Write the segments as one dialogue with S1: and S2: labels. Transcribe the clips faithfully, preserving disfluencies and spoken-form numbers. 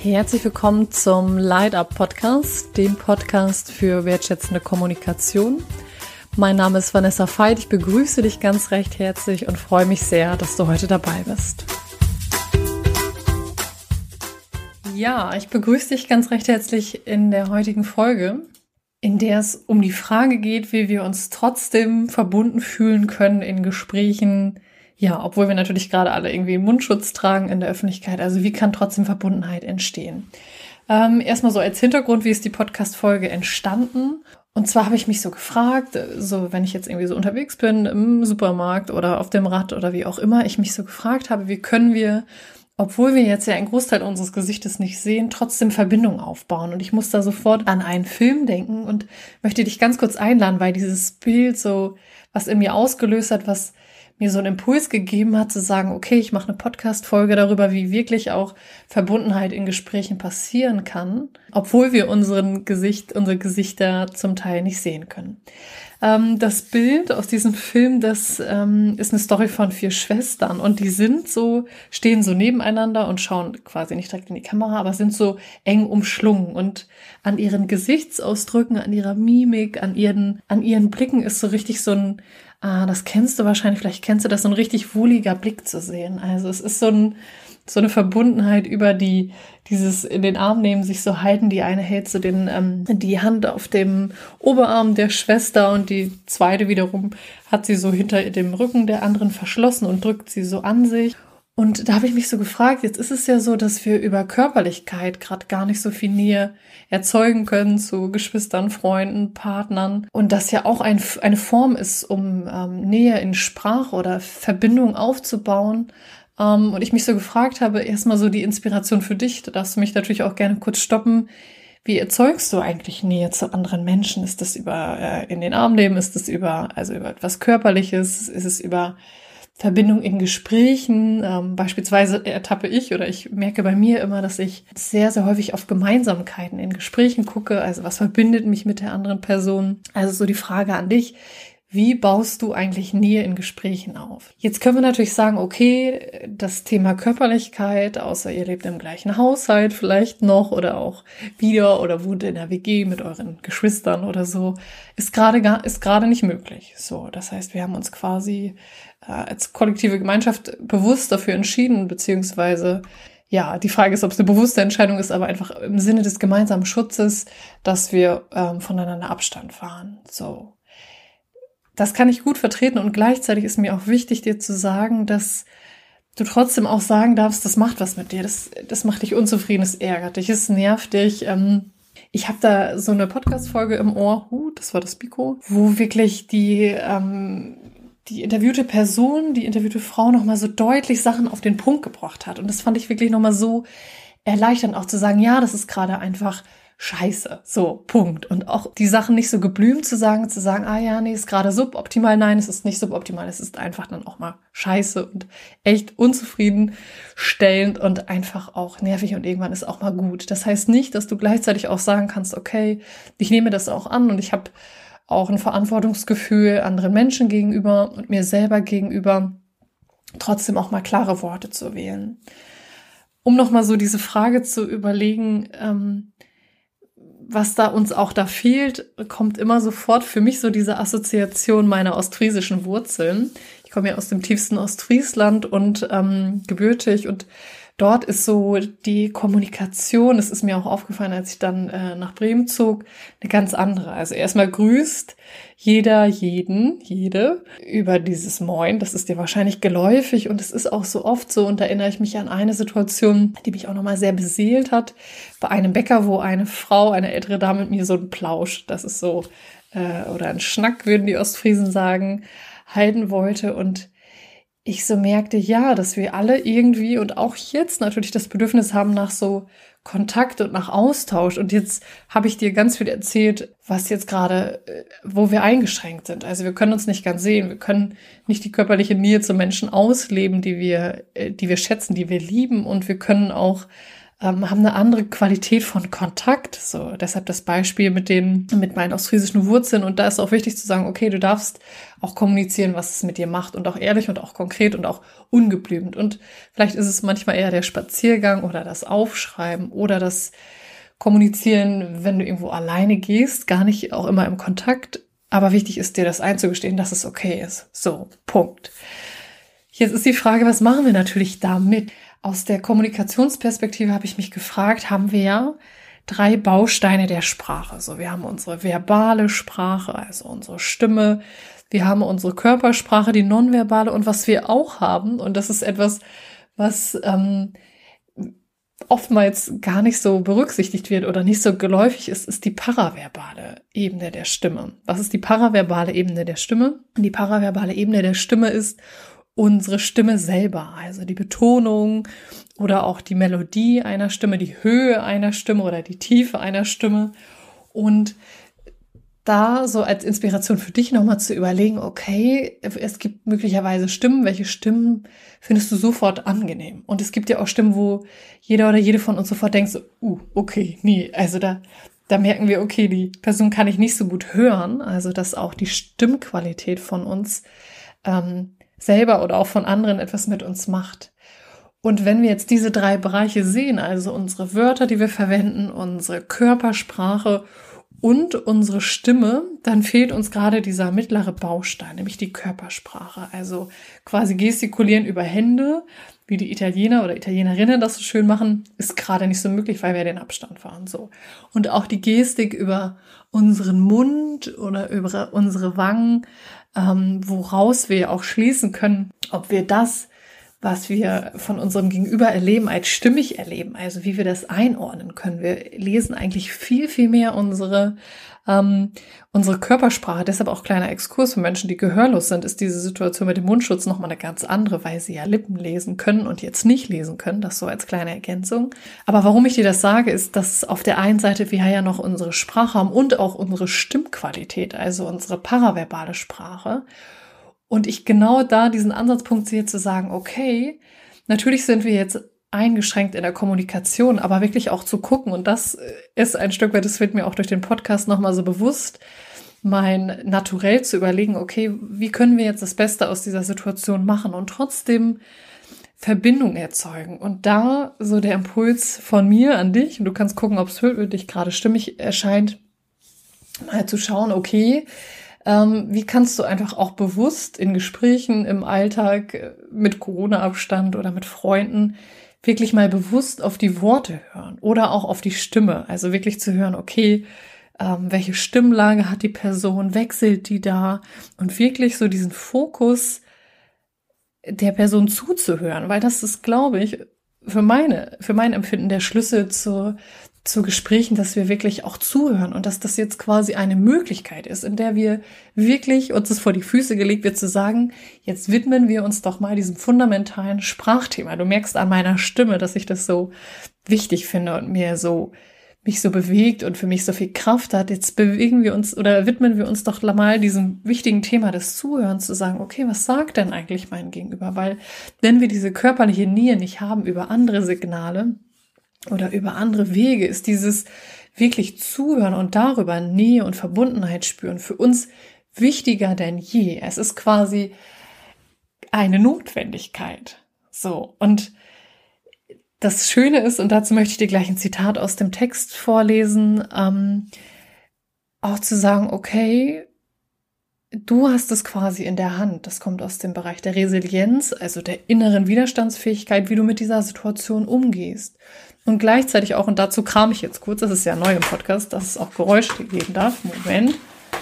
S1: Herzlich willkommen zum Light Up Podcast, dem Podcast für wertschätzende Kommunikation. Mein Name ist Vanessa Veit, ich begrüße dich ganz recht herzlich und freue mich sehr, dass du heute dabei bist. Ja, ich begrüße dich ganz recht herzlich in der heutigen Folge, in der es um die Frage geht, wie wir uns trotzdem verbunden fühlen können in Gesprächen, ja, obwohl wir natürlich gerade alle irgendwie Mundschutz tragen in der Öffentlichkeit. Also wie kann trotzdem Verbundenheit entstehen? Ähm, erstmal so als Hintergrund, wie ist die Podcast-Folge entstanden? Und zwar habe ich mich so gefragt, so wenn ich jetzt irgendwie so unterwegs bin im Supermarkt oder auf dem Rad oder wie auch immer, ich mich so gefragt habe, wie können wir, obwohl wir jetzt ja einen Großteil unseres Gesichtes nicht sehen, trotzdem Verbindung aufbauen. Und ich muss da sofort an einen Film denken und möchte dich ganz kurz einladen, weil dieses Bild so, was in mir ausgelöst hat, was mir so einen Impuls gegeben hat, zu sagen, okay, ich mache eine Podcast-Folge darüber, wie wirklich auch Verbundenheit in Gesprächen passieren kann, obwohl wir unseren Gesicht, unsere Gesichter zum Teil nicht sehen können. Ähm, das Bild aus diesem Film, das ähm, ist eine Story von vier Schwestern und die sind so, stehen so nebeneinander und schauen quasi nicht direkt in die Kamera, aber sind so eng umschlungen und an ihren Gesichtsausdrücken, an ihrer Mimik, an ihren, an ihren Blicken ist so richtig so ein, ah, das kennst du wahrscheinlich, vielleicht kennst du das, so ein richtig wohliger Blick zu sehen. Also es ist so ein, so eine Verbundenheit über die, dieses in den Arm nehmen, sich so halten. Die eine hält so den, ähm, die Hand auf dem Oberarm der Schwester und die zweite wiederum hat sie so hinter dem Rücken der anderen verschlossen und drückt sie so an sich. Und da habe ich mich so gefragt, jetzt ist es ja so, dass wir über Körperlichkeit gerade gar nicht so viel Nähe erzeugen können zu Geschwistern, Freunden, Partnern. Und das ja auch ein, eine Form ist, um ähm, Nähe in Sprache oder Verbindung aufzubauen. Ähm, und ich mich so gefragt habe, erstmal so die Inspiration für dich, da darfst du mich natürlich auch gerne kurz stoppen. Wie erzeugst du eigentlich Nähe zu anderen Menschen? Ist das über äh, in den Arm nehmen? Ist das über, also über etwas Körperliches? Ist es über Verbindung in Gesprächen? Ähm, beispielsweise ertappe ich oder ich merke bei mir immer, dass ich sehr, sehr häufig auf Gemeinsamkeiten in Gesprächen gucke. Also was verbindet mich mit der anderen Person? Also so die Frage an dich. Wie baust du eigentlich Nähe in Gesprächen auf? Jetzt können wir natürlich sagen, okay, das Thema Körperlichkeit, außer ihr lebt im gleichen Haushalt vielleicht noch oder auch wieder oder wohnt in der W G mit euren Geschwistern oder so, ist gerade gar, ist gerade nicht möglich. So, das heißt, wir haben uns quasi äh, als kollektive Gemeinschaft bewusst dafür entschieden, beziehungsweise ja, die Frage ist, ob es eine bewusste Entscheidung ist, aber einfach im Sinne des gemeinsamen Schutzes, dass wir ähm, voneinander Abstand wahren. So. Das kann ich gut vertreten und gleichzeitig ist mir auch wichtig, dir zu sagen, dass du trotzdem auch sagen darfst, das macht was mit dir, das, das macht dich unzufrieden, es ärgert dich, es nervt dich. Ich habe da so eine Podcast-Folge im Ohr, huh, das war das Biko, wo wirklich die, ähm, die interviewte Person, die interviewte Frau nochmal so deutlich Sachen auf den Punkt gebracht hat. Und das fand ich wirklich nochmal so erleichternd, auch zu sagen, ja, das ist gerade einfach Scheiße, so, Punkt. Und auch die Sachen nicht so geblümt zu sagen, zu sagen, ah ja, nee, ist gerade suboptimal, nein, es ist nicht suboptimal, es ist einfach dann auch mal scheiße und echt unzufriedenstellend und einfach auch nervig und irgendwann ist auch mal gut. Das heißt nicht, dass du gleichzeitig auch sagen kannst, okay, ich nehme das auch an und ich habe auch ein Verantwortungsgefühl anderen Menschen gegenüber und mir selber gegenüber, trotzdem auch mal klare Worte zu wählen. Um nochmal so diese Frage zu überlegen, ähm, was da uns auch da fehlt, kommt immer sofort für mich so diese Assoziation meiner ostfriesischen Wurzeln. Ich komme ja aus dem tiefsten Ostfriesland und ähm, gebürtig und dort ist so die Kommunikation, das ist mir auch aufgefallen, als ich dann äh, nach Bremen zog, eine ganz andere. Also erstmal grüßt jeder jeden, jede über dieses Moin. Das ist dir wahrscheinlich geläufig und es ist auch so oft so. Und da erinnere ich mich an eine Situation, die mich auch nochmal sehr beseelt hat, bei einem Bäcker, wo eine Frau, eine ältere Dame mit mir so ein Plausch, das ist so, äh, oder ein Schnack, würden die Ostfriesen sagen, halten wollte und ich so merkte, ja, dass wir alle irgendwie und auch jetzt natürlich das Bedürfnis haben nach so Kontakt und nach Austausch. Und jetzt habe ich dir ganz viel erzählt, was jetzt gerade, wo wir eingeschränkt sind. Also wir können uns nicht ganz sehen, wir können nicht die körperliche Nähe zu Menschen ausleben, die wir, die wir schätzen, die wir lieben. Und wir können auch ähm, haben eine andere Qualität von Kontakt. So, deshalb das Beispiel mit den, mit meinen ostfriesischen Wurzeln. Und da ist auch wichtig zu sagen, okay, du darfst auch kommunizieren, was es mit dir macht und auch ehrlich und auch konkret und auch ungeblümt. Und vielleicht ist es manchmal eher der Spaziergang oder das Aufschreiben oder das Kommunizieren, wenn du irgendwo alleine gehst, gar nicht auch immer im Kontakt. Aber wichtig ist dir das einzugestehen, dass es okay ist. So, Punkt. Jetzt ist die Frage, was machen wir natürlich damit? Aus der Kommunikationsperspektive habe ich mich gefragt, haben wir ja drei Bausteine der Sprache. So, wir haben unsere verbale Sprache, also unsere Stimme. Wir haben unsere Körpersprache, die nonverbale. Und was wir auch haben, und das ist etwas, was ähm, oftmals gar nicht so berücksichtigt wird oder nicht so geläufig ist, ist die paraverbale Ebene der Stimme. Was ist die paraverbale Ebene der Stimme? Die paraverbale Ebene der Stimme ist unsere Stimme selber, also die Betonung oder auch die Melodie einer Stimme, die Höhe einer Stimme oder die Tiefe einer Stimme. Und da so als Inspiration für dich nochmal zu überlegen, okay, es gibt möglicherweise Stimmen, welche Stimmen findest du sofort angenehm? Und es gibt ja auch Stimmen, wo jeder oder jede von uns sofort denkt, so, uh, okay, nee, also da, da merken wir, okay, die Person kann ich nicht so gut hören, also dass auch die Stimmqualität von uns ähm, selber oder auch von anderen etwas mit uns macht. Und wenn wir jetzt diese drei Bereiche sehen, also unsere Wörter, die wir verwenden, unsere Körpersprache und unsere Stimme, dann fehlt uns gerade dieser mittlere Baustein, nämlich die Körpersprache. Also quasi gestikulieren über Hände, wie die Italiener oder Italienerinnen das so schön machen, ist gerade nicht so möglich, weil wir den Abstand fahren. So. Und auch die Gestik über unseren Mund oder über unsere Wangen, ähm, woraus wir auch schließen können, ob wir das, was wir von unserem Gegenüber erleben, als stimmig erleben, also wie wir das einordnen können. Wir lesen eigentlich viel, viel mehr unsere ähm, unsere Körpersprache. Deshalb auch kleiner Exkurs für Menschen, die gehörlos sind, ist diese Situation mit dem Mundschutz nochmal eine ganz andere, weil sie ja Lippen lesen können und jetzt nicht lesen können. Das so als kleine Ergänzung. Aber warum ich dir das sage, ist, dass auf der einen Seite wir ja noch unsere Sprache haben und auch unsere Stimmqualität, also unsere paraverbale Sprache. Und ich genau da diesen Ansatzpunkt sehe, zu sagen, okay, natürlich sind wir jetzt eingeschränkt in der Kommunikation, aber wirklich auch zu gucken, und das ist ein Stück weit, das wird mir auch durch den Podcast nochmal so bewusst, mein Naturell zu überlegen, okay, wie können wir jetzt das Beste aus dieser Situation machen und trotzdem Verbindung erzeugen. Und da so der Impuls von mir an dich, und du kannst gucken, ob es für dich gerade stimmig erscheint, mal zu schauen, okay, Ähm, wie kannst du einfach auch bewusst in Gesprächen im Alltag mit Corona-Abstand oder mit Freunden wirklich mal bewusst auf die Worte hören oder auch auf die Stimme. Also wirklich zu hören, okay, ähm, welche Stimmlage hat die Person, wechselt die da? Und wirklich so diesen Fokus der Person zuzuhören, weil das ist, glaube ich, für meine, für mein Empfinden der Schlüssel zur zu Gesprächen, dass wir wirklich auch zuhören und dass das jetzt quasi eine Möglichkeit ist, in der wir wirklich uns das vor die Füße gelegt wird, zu sagen, jetzt widmen wir uns doch mal diesem fundamentalen Sprachthema. Du merkst an meiner Stimme, dass ich das so wichtig finde und mir so, mich so bewegt und für mich so viel Kraft hat. Jetzt bewegen wir uns oder widmen wir uns doch mal diesem wichtigen Thema des Zuhörens, zu sagen, okay, was sagt denn eigentlich mein Gegenüber? Weil wenn wir diese körperliche Nähe nicht haben über andere Signale, oder über andere Wege, ist dieses wirklich Zuhören und darüber Nähe und Verbundenheit spüren für uns wichtiger denn je. Es ist quasi eine Notwendigkeit. So, und das Schöne ist, und dazu möchte ich dir gleich ein Zitat aus dem Text vorlesen, ähm, auch zu sagen, okay, du hast es quasi in der Hand. Das kommt aus dem Bereich der Resilienz, also der inneren Widerstandsfähigkeit, wie du mit dieser Situation umgehst. Und gleichzeitig auch, und dazu kram ich jetzt kurz, das ist ja neu im Podcast, dass es auch Geräusche geben darf. Moment.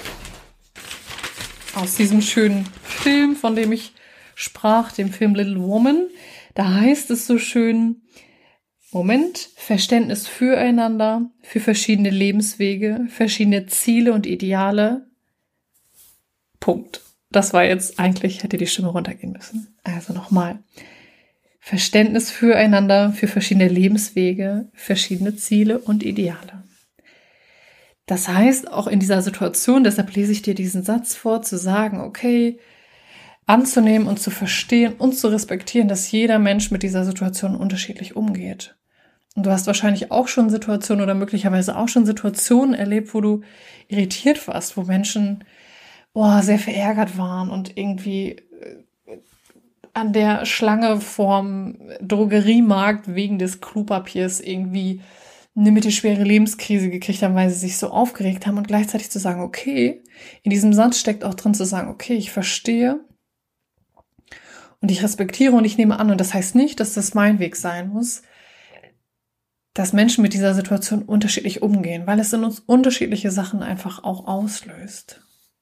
S1: Aus diesem schönen Film, von dem ich sprach, dem Film Little Woman, da heißt es so schön, Moment, Verständnis füreinander, für verschiedene Lebenswege, verschiedene Ziele und Ideale. Punkt. Das war jetzt, eigentlich hätte die Stimme runtergehen müssen. Also nochmal. Verständnis füreinander, für verschiedene Lebenswege, verschiedene Ziele und Ideale. Das heißt, auch in dieser Situation, deshalb lese ich dir diesen Satz vor, zu sagen, okay, anzunehmen und zu verstehen und zu respektieren, dass jeder Mensch mit dieser Situation unterschiedlich umgeht. Und du hast wahrscheinlich auch schon Situationen oder möglicherweise auch schon Situationen erlebt, wo du irritiert warst, wo Menschen oh, sehr verärgert waren und irgendwie an der Schlange vorm Drogeriemarkt wegen des Klopapiers irgendwie eine mittelschwere Lebenskrise gekriegt haben, weil sie sich so aufgeregt haben und gleichzeitig zu sagen, okay, in diesem Satz steckt auch drin zu sagen, okay, ich verstehe und ich respektiere und ich nehme an und das heißt nicht, dass das mein Weg sein muss, dass Menschen mit dieser Situation unterschiedlich umgehen, weil es in uns unterschiedliche Sachen einfach auch auslöst.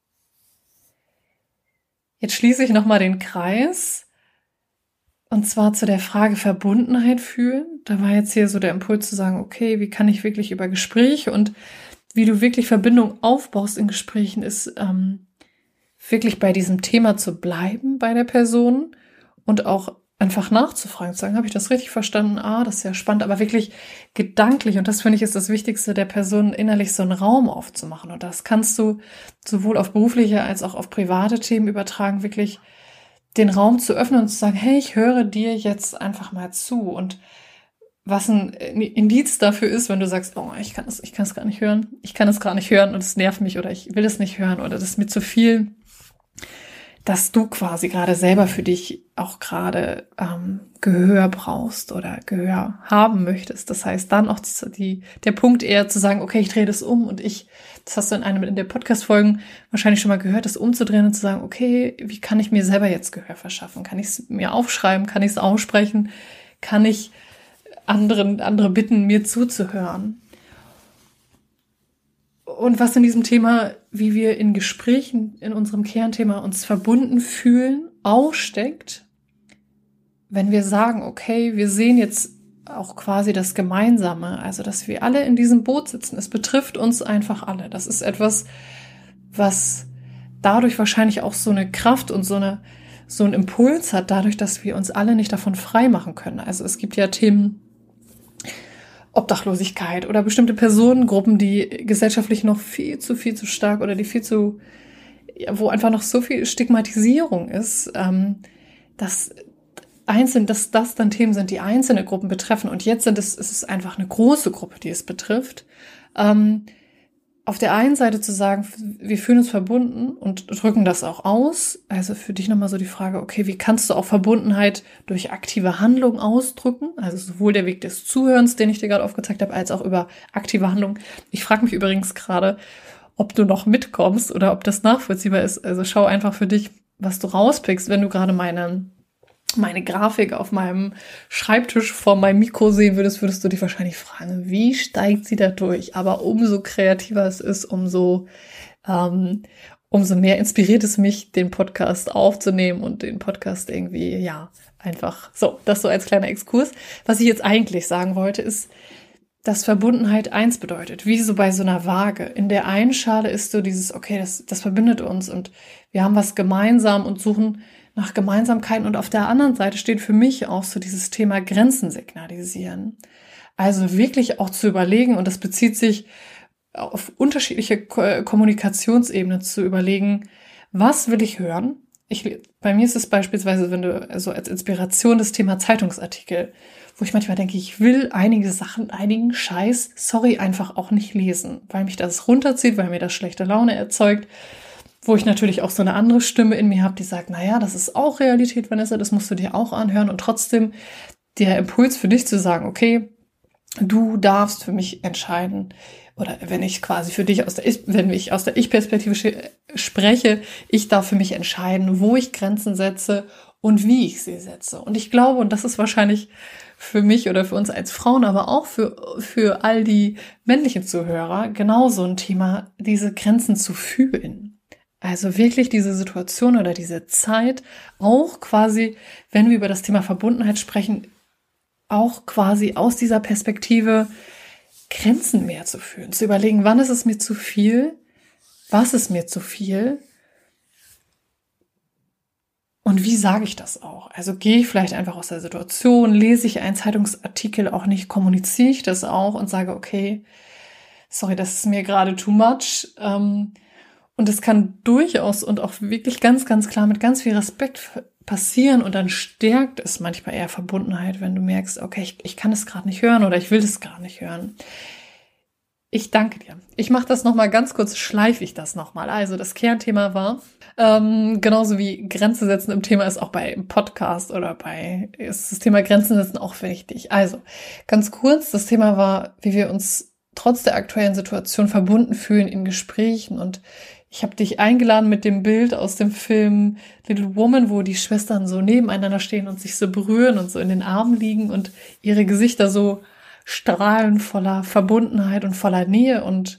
S1: Jetzt schließe ich nochmal den Kreis. Und zwar zu der Frage Verbundenheit fühlen. Da war jetzt hier so der Impuls zu sagen, okay, wie kann ich wirklich über Gespräche und wie du wirklich Verbindung aufbaust in Gesprächen, ist ähm, wirklich bei diesem Thema zu bleiben bei der Person und auch einfach nachzufragen, zu sagen, habe ich das richtig verstanden? Ah, das ist ja spannend, aber wirklich gedanklich, und das finde ich ist das Wichtigste, der Person innerlich so einen Raum aufzumachen. Und das kannst du sowohl auf berufliche als auch auf private Themen übertragen, wirklich den Raum zu öffnen und zu sagen, hey, ich höre dir jetzt einfach mal zu. Und was ein Indiz dafür ist, wenn du sagst, oh, ich kann es, ich kann es gar nicht hören, ich kann es gar nicht hören und es nervt mich oder ich will es nicht hören oder das ist mir zu viel, dass du quasi gerade selber für dich auch gerade ähm, Gehör brauchst oder Gehör haben möchtest. Das heißt, dann auch die, die, der Punkt eher zu sagen, okay, ich drehe das um und ich, das hast du in einem in der Podcast-Folgen wahrscheinlich schon mal gehört, das umzudrehen und zu sagen, okay, wie kann ich mir selber jetzt Gehör verschaffen? Kann ich es mir aufschreiben? Kann ich es aussprechen? Kann ich anderen, andere bitten, mir zuzuhören? Und was in diesem Thema, wie wir in Gesprächen, in unserem Kernthema uns verbunden fühlen, auch steckt, wenn wir sagen, okay, wir sehen jetzt auch quasi das Gemeinsame, also dass wir alle in diesem Boot sitzen. Es betrifft uns einfach alle. Das ist etwas, was dadurch wahrscheinlich auch so eine Kraft und so eine so einen Impuls hat, dadurch, dass wir uns alle nicht davon frei machen können. Also es gibt ja Themen, Obdachlosigkeit oder bestimmte Personengruppen, die gesellschaftlich noch viel zu, viel zu stark oder die viel zu, wo einfach noch so viel Stigmatisierung ist, ähm, dass einzeln, dass das dann Themen sind, die einzelne Gruppen betreffen. Und jetzt sind es, es ist einfach eine große Gruppe, die es betrifft. Ähm, auf der einen Seite zu sagen, wir fühlen uns verbunden und drücken das auch aus. Also für dich nochmal so die Frage, okay, wie kannst du auch Verbundenheit durch aktive Handlung ausdrücken? Also sowohl der Weg des Zuhörens, den ich dir gerade aufgezeigt habe, als auch über aktive Handlung. Ich frage mich übrigens gerade, ob du noch mitkommst oder ob das nachvollziehbar ist. Also schau einfach für dich, was du rauspickst, wenn du gerade meine meine Grafik auf meinem Schreibtisch vor meinem Mikro sehen würdest, würdest du dich wahrscheinlich fragen, wie steigt sie da durch? Aber umso kreativer es ist, umso, ähm, umso mehr inspiriert es mich, den Podcast aufzunehmen und den Podcast irgendwie, ja, einfach so, das so als kleiner Exkurs. Was ich jetzt eigentlich sagen wollte, ist, dass Verbundenheit eins bedeutet, wie so bei so einer Waage. In der einen Schale ist so dieses, okay, das, das verbindet uns und wir haben was gemeinsam und suchen nach Gemeinsamkeiten, und auf der anderen Seite steht für mich auch so dieses Thema Grenzen signalisieren. Also wirklich auch zu überlegen, und das bezieht sich auf unterschiedliche Kommunikationsebenen, zu überlegen, was will ich hören? Ich, bei mir ist es beispielsweise, wenn du also als Inspiration das Thema Zeitungsartikel, wo ich manchmal denke, ich will einige Sachen, einigen Scheiß, sorry, einfach auch nicht lesen, weil mich das runterzieht, weil mir das schlechte Laune erzeugt, wo ich natürlich auch so eine andere Stimme in mir habe, die sagt, naja, das ist auch Realität, Vanessa, das musst du dir auch anhören. Und trotzdem der Impuls für dich zu sagen, okay, du darfst für mich entscheiden, oder wenn ich quasi für dich aus der Ich, wenn ich aus der Ich-Perspektive spreche, ich darf für mich entscheiden, wo ich Grenzen setze und wie ich sie setze. Und ich glaube, und das ist wahrscheinlich für mich oder für uns als Frauen, aber auch für, für all die männlichen Zuhörer genauso ein Thema, diese Grenzen zu fühlen. Also wirklich diese Situation oder diese Zeit auch quasi, wenn wir über das Thema Verbundenheit sprechen, auch quasi aus dieser Perspektive Grenzen mehr zu fühlen, zu überlegen, wann ist es mir zu viel, was ist mir zu viel und wie sage ich das auch? Also gehe ich vielleicht einfach aus der Situation, lese ich einen Zeitungsartikel auch nicht, kommuniziere ich das auch und sage, okay, sorry, das ist mir gerade too much, ähm, Und es kann durchaus und auch wirklich ganz, ganz klar mit ganz viel Respekt passieren und dann stärkt es manchmal eher Verbundenheit, wenn du merkst, okay, ich, ich kann es gerade nicht hören oder ich will es gar nicht hören. Ich danke dir. Ich mache das nochmal ganz kurz, schleife ich das nochmal. Also das Kernthema war, ähm, genauso wie Grenzen setzen im Thema ist auch bei Podcast oder bei, ist das Thema Grenzen setzen auch wichtig. Also ganz kurz, das Thema war, wie wir uns trotz der aktuellen Situation verbunden fühlen in Gesprächen. Und ich habe dich eingeladen mit dem Bild aus dem Film Little Woman, wo die Schwestern so nebeneinander stehen und sich so berühren und so in den Armen liegen und ihre Gesichter so strahlen voller Verbundenheit und voller Nähe. Und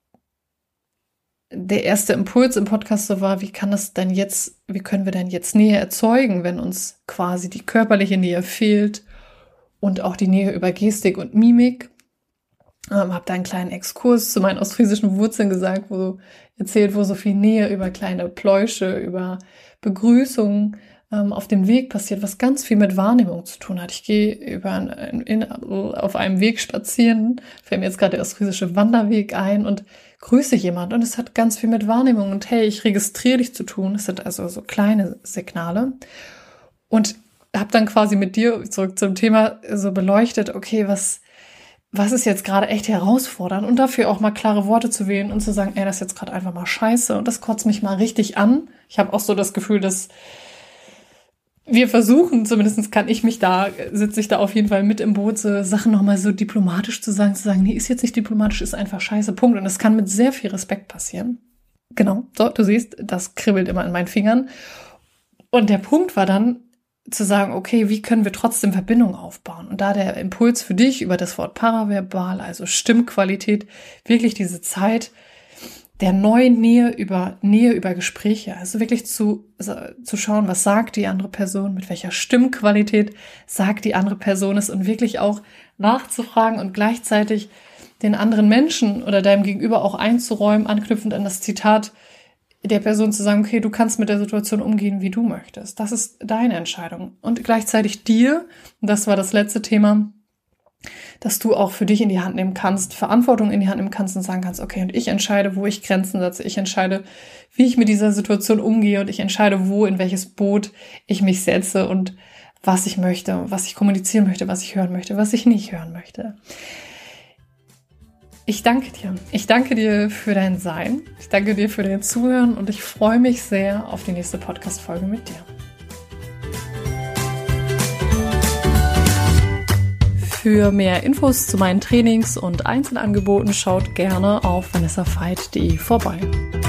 S1: der erste Impuls im Podcast so war, wie kann das denn jetzt, wie können wir denn jetzt Nähe erzeugen, wenn uns quasi die körperliche Nähe fehlt und auch die Nähe über Gestik und Mimik. Ähm, habe da einen kleinen Exkurs zu meinen ostfriesischen Wurzeln gesagt, wo erzählt, wo so viel Nähe über kleine Pläusche, über Begrüßungen ähm, auf dem Weg passiert, was ganz viel mit Wahrnehmung zu tun hat. Ich gehe über ein, in, auf einem Weg spazieren, fällt mir jetzt gerade der ostfriesische Wanderweg ein und grüße jemand und es hat ganz viel mit Wahrnehmung und hey, ich registriere dich zu tun. Das sind also so kleine Signale und habe dann quasi mit dir zurück zum Thema so beleuchtet, okay, was was ist jetzt gerade echt herausfordernd und dafür auch mal klare Worte zu wählen und zu sagen, ey, das ist jetzt gerade einfach mal scheiße und das kotzt mich mal richtig an. Ich habe auch so das Gefühl, dass wir versuchen, zumindest kann ich mich da, sitze ich da auf jeden Fall mit im Boot, so Sachen nochmal so diplomatisch zu sagen, zu sagen, nee, ist jetzt nicht diplomatisch, ist einfach scheiße, Punkt. Und es kann mit sehr viel Respekt passieren. Genau, so, du siehst, das kribbelt immer in meinen Fingern. Und der Punkt war dann, zu sagen, okay, wie können wir trotzdem Verbindung aufbauen? Und da der Impuls für dich über das Wort paraverbal, also Stimmqualität, wirklich diese Zeit der neuen Nähe über Nähe über Gespräche, also wirklich zu, zu schauen, was sagt die andere Person, mit welcher Stimmqualität sagt die andere Person es und wirklich auch nachzufragen und gleichzeitig den anderen Menschen oder deinem Gegenüber auch einzuräumen, anknüpfend an das Zitat der Person zu sagen, okay, du kannst mit der Situation umgehen, wie du möchtest. Das ist deine Entscheidung. Und gleichzeitig dir, und das war das letzte Thema, dass du auch für dich in die Hand nehmen kannst, Verantwortung in die Hand nehmen kannst und sagen kannst, okay, und ich entscheide, wo ich Grenzen setze. Ich entscheide, wie ich mit dieser Situation umgehe und ich entscheide, wo, in welches Boot ich mich setze und was ich möchte, was ich kommunizieren möchte, was ich hören möchte, was ich nicht hören möchte. Ich danke dir. Ich danke dir für dein Sein. Ich danke dir für dein Zuhören und ich freue mich sehr auf die nächste Podcast-Folge mit dir. Für mehr Infos zu meinen Trainings und Einzelangeboten schaut gerne auf vanessa veit punkt de vorbei.